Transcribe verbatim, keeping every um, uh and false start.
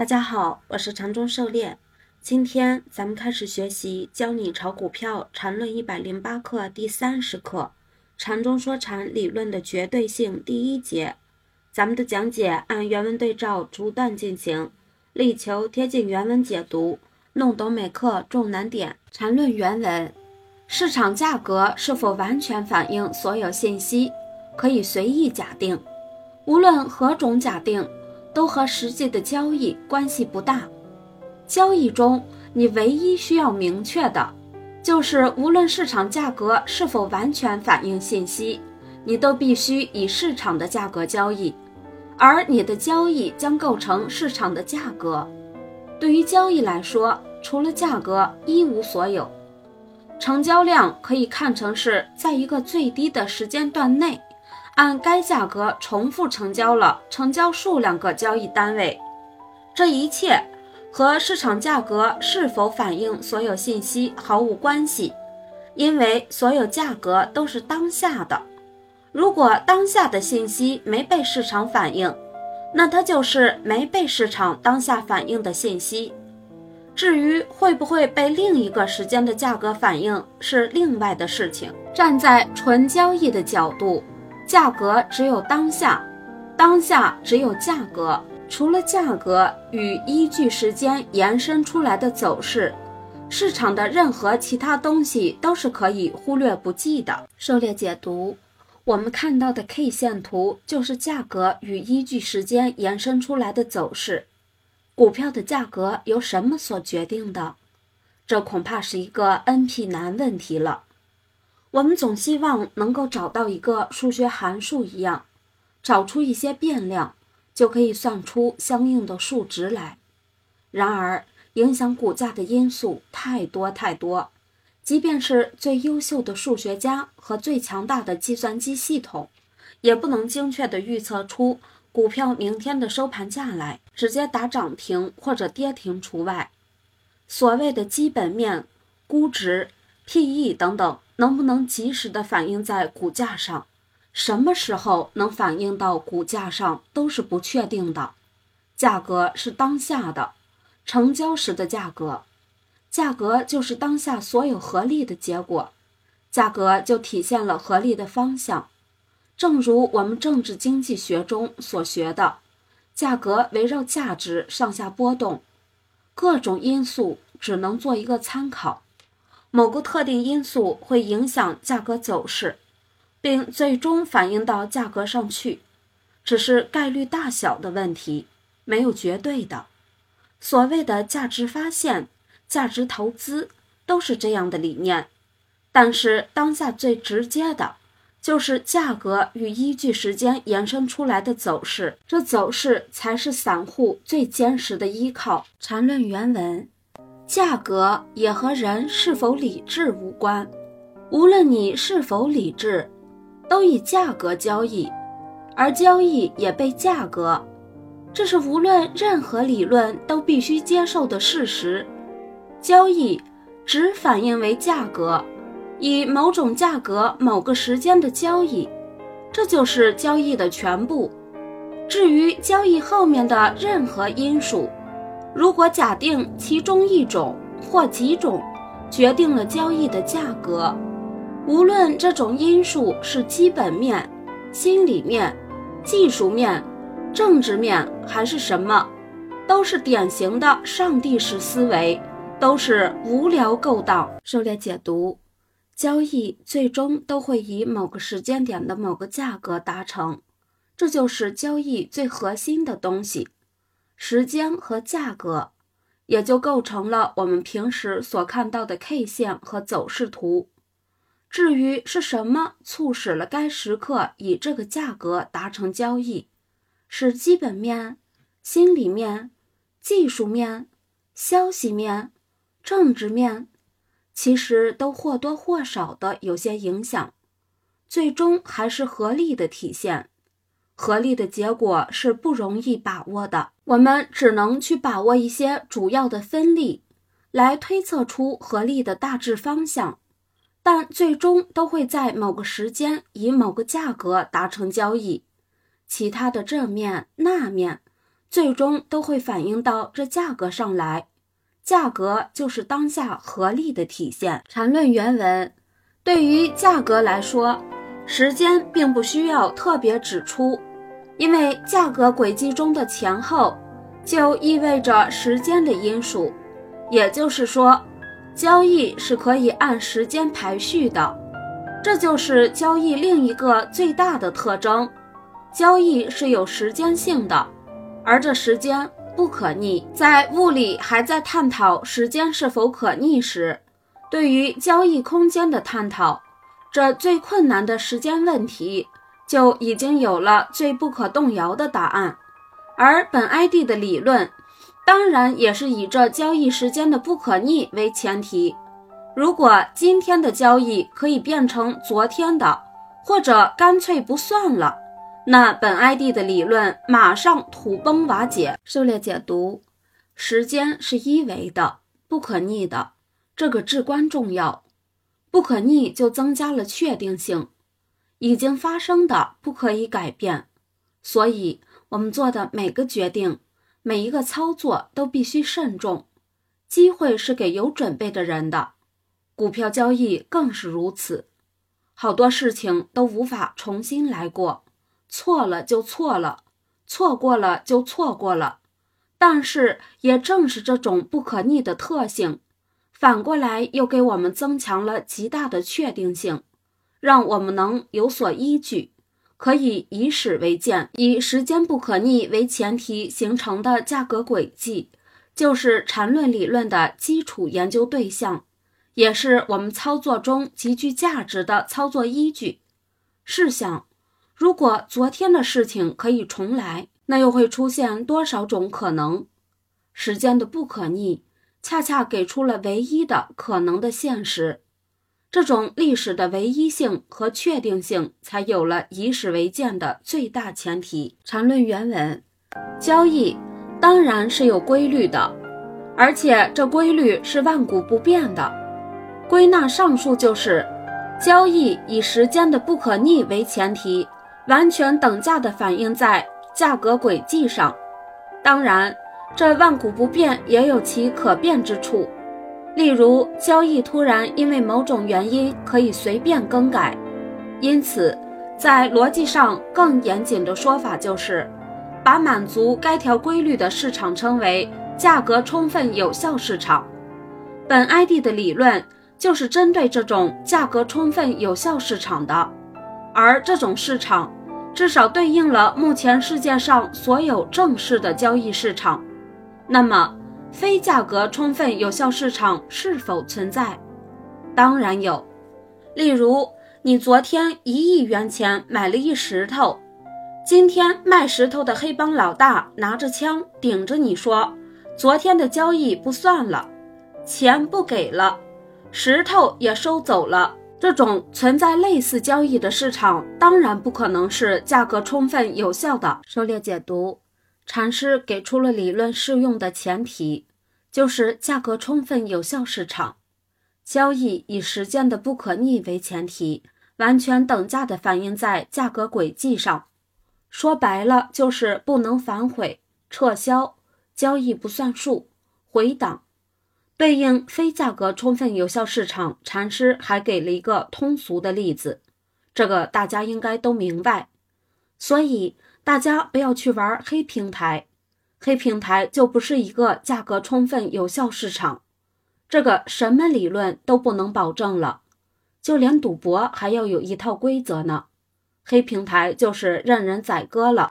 大家好，我是禅中狩猎。今天咱们开始学习教你炒股票禅论一百零八课第三十课，禅中说禅理论的绝对性第一节。咱们的讲解按原文对照逐段进行，力求贴近原文解读，弄懂每课重难点。禅论原文：市场价格是否完全反映所有信息，可以随意假定，无论何种假定都和实际的交易关系不大。交易中，你唯一需要明确的，就是无论市场价格是否完全反映信息，你都必须以市场的价格交易，而你的交易将构成市场的价格。对于交易来说，除了价格，一无所有。成交量可以看成是在一个最低的时间段内，按该价格重复成交了成交数量个交易单位。这一切和市场价格是否反映所有信息毫无关系，因为所有价格都是当下的。如果当下的信息没被市场反映，那它就是没被市场当下反映的信息。至于会不会被另一个时间的价格反映，是另外的事情。站在纯交易的角度，价格只有当下，当下只有价格，除了价格与依据时间延伸出来的走势，市场的任何其他东西都是可以忽略不计的。狩猎解读：我们看到的 K 线图就是价格与依据时间延伸出来的走势。股票的价格由什么所决定的？这恐怕是一个 N P 难问题了。我们总希望能够找到一个数学函数一样，找出一些变量，就可以算出相应的数值来。然而，影响股价的因素太多太多，即便是最优秀的数学家和最强大的计算机系统，也不能精确地预测出股票明天的收盘价来，直接打涨停或者跌停除外。所谓的基本面、估值、P E 等等，能不能及时地反映在股价上，什么时候能反映到股价上都是不确定的。价格是当下的，成交时的价格，价格就是当下所有合力的结果，价格就体现了合力的方向。正如我们政治经济学中所学的，价格围绕价值上下波动，各种因素只能做一个参考，某个特定因素会影响价格走势，并最终反映到价格上去，只是概率大小的问题，没有绝对的。所谓的价值发现、价值投资都是这样的理念，但是当下最直接的就是价格与依据时间延伸出来的走势，这走势才是散户最坚实的依靠。禅论原文：价格也和人是否理智无关，无论你是否理智，都以价格交易，而交易也被价格，这是无论任何理论都必须接受的事实。交易只反映为价格，以某种价格某个时间的交易，这就是交易的全部。至于交易后面的任何因素，如果假定其中一种或几种决定了交易的价格，无论这种因素是基本面、心理面、技术面、政治面还是什么，都是典型的上帝式思维，都是无聊勾当。狩猎解读：交易最终都会以某个时间点的某个价格达成，这就是交易最核心的东西。时间和价格也就构成了我们平时所看到的 K 线和走势图。至于是什么促使了该时刻以这个价格达成交易，是基本面、心理面、技术面、消息面、政治面，其实都或多或少的有些影响，最终还是合力的体现。合力的结果是不容易把握的，我们只能去把握一些主要的分力，来推测出合力的大致方向，但最终都会在某个时间以某个价格达成交易。其他的这面那面最终都会反映到这价格上来。价格就是当下合力的体现。缠论原文，对于价格来说，时间并不需要特别指出，因为价格轨迹中的前后就意味着时间的因数，也就是说，交易是可以按时间排序的。这就是交易另一个最大的特征，交易是有时间性的，而这时间不可逆。在物理还在探讨时间是否可逆时，对于交易空间的探讨，这最困难的时间问题就已经有了最不可动摇的答案。而本 I D 的理论当然也是以这交易时间的不可逆为前提。如果今天的交易可以变成昨天的，或者干脆不算了，那本 I D 的理论马上土崩瓦解。狩猎解读，时间是一维的，不可逆的，这个至关重要。不可逆就增加了确定性，已经发生的不可以改变，所以我们做的每个决定，每一个操作都必须慎重。机会是给有准备的人的，股票交易更是如此。好多事情都无法重新来过，错了就错了，错过了就错过了。但是也正是这种不可逆的特性，反过来又给我们增强了极大的确定性，让我们能有所依据，可以以史为鉴。以时间不可逆为前提形成的价格轨迹，就是缠论理论的基础研究对象，也是我们操作中极具价值的操作依据。试想，如果昨天的事情可以重来，那又会出现多少种可能？时间的不可逆恰恰给出了唯一的可能的现实，这种历史的唯一性和确定性才有了以史为鉴的最大前提。缠论原文，交易当然是有规律的，而且这规律是万古不变的。归纳上述就是，交易以时间的不可逆为前提，完全等价地反映在价格轨迹上。当然，这万古不变也有其可变之处，例如交易突然因为某种原因可以随便更改，因此在逻辑上更严谨的说法就是，把满足该条规律的市场称为价格充分有效市场。本 I D 的理论就是针对这种价格充分有效市场的，而这种市场至少对应了目前世界上所有正式的交易市场。那么非价格充分有效市场是否存在？当然有。例如，你昨天一亿元钱买了一石头，今天卖石头的黑帮老大拿着枪顶着你说，昨天的交易不算了，钱不给了，石头也收走了。这种存在类似交易的市场当然不可能是价格充分有效的。狩猎解读，禅师给出了理论适用的前提，就是价格充分有效市场。交易以时间的不可逆为前提，完全等价的反映在价格轨迹上。说白了就是不能反悔、撤销、交易不算数、回档。对应非价格充分有效市场，禅师还给了一个通俗的例子，这个大家应该都明白。所以大家不要去玩黑平台，黑平台就不是一个价格充分有效市场，这个什么理论都不能保证了，就连赌博还要有一套规则呢。黑平台就是任人宰割了。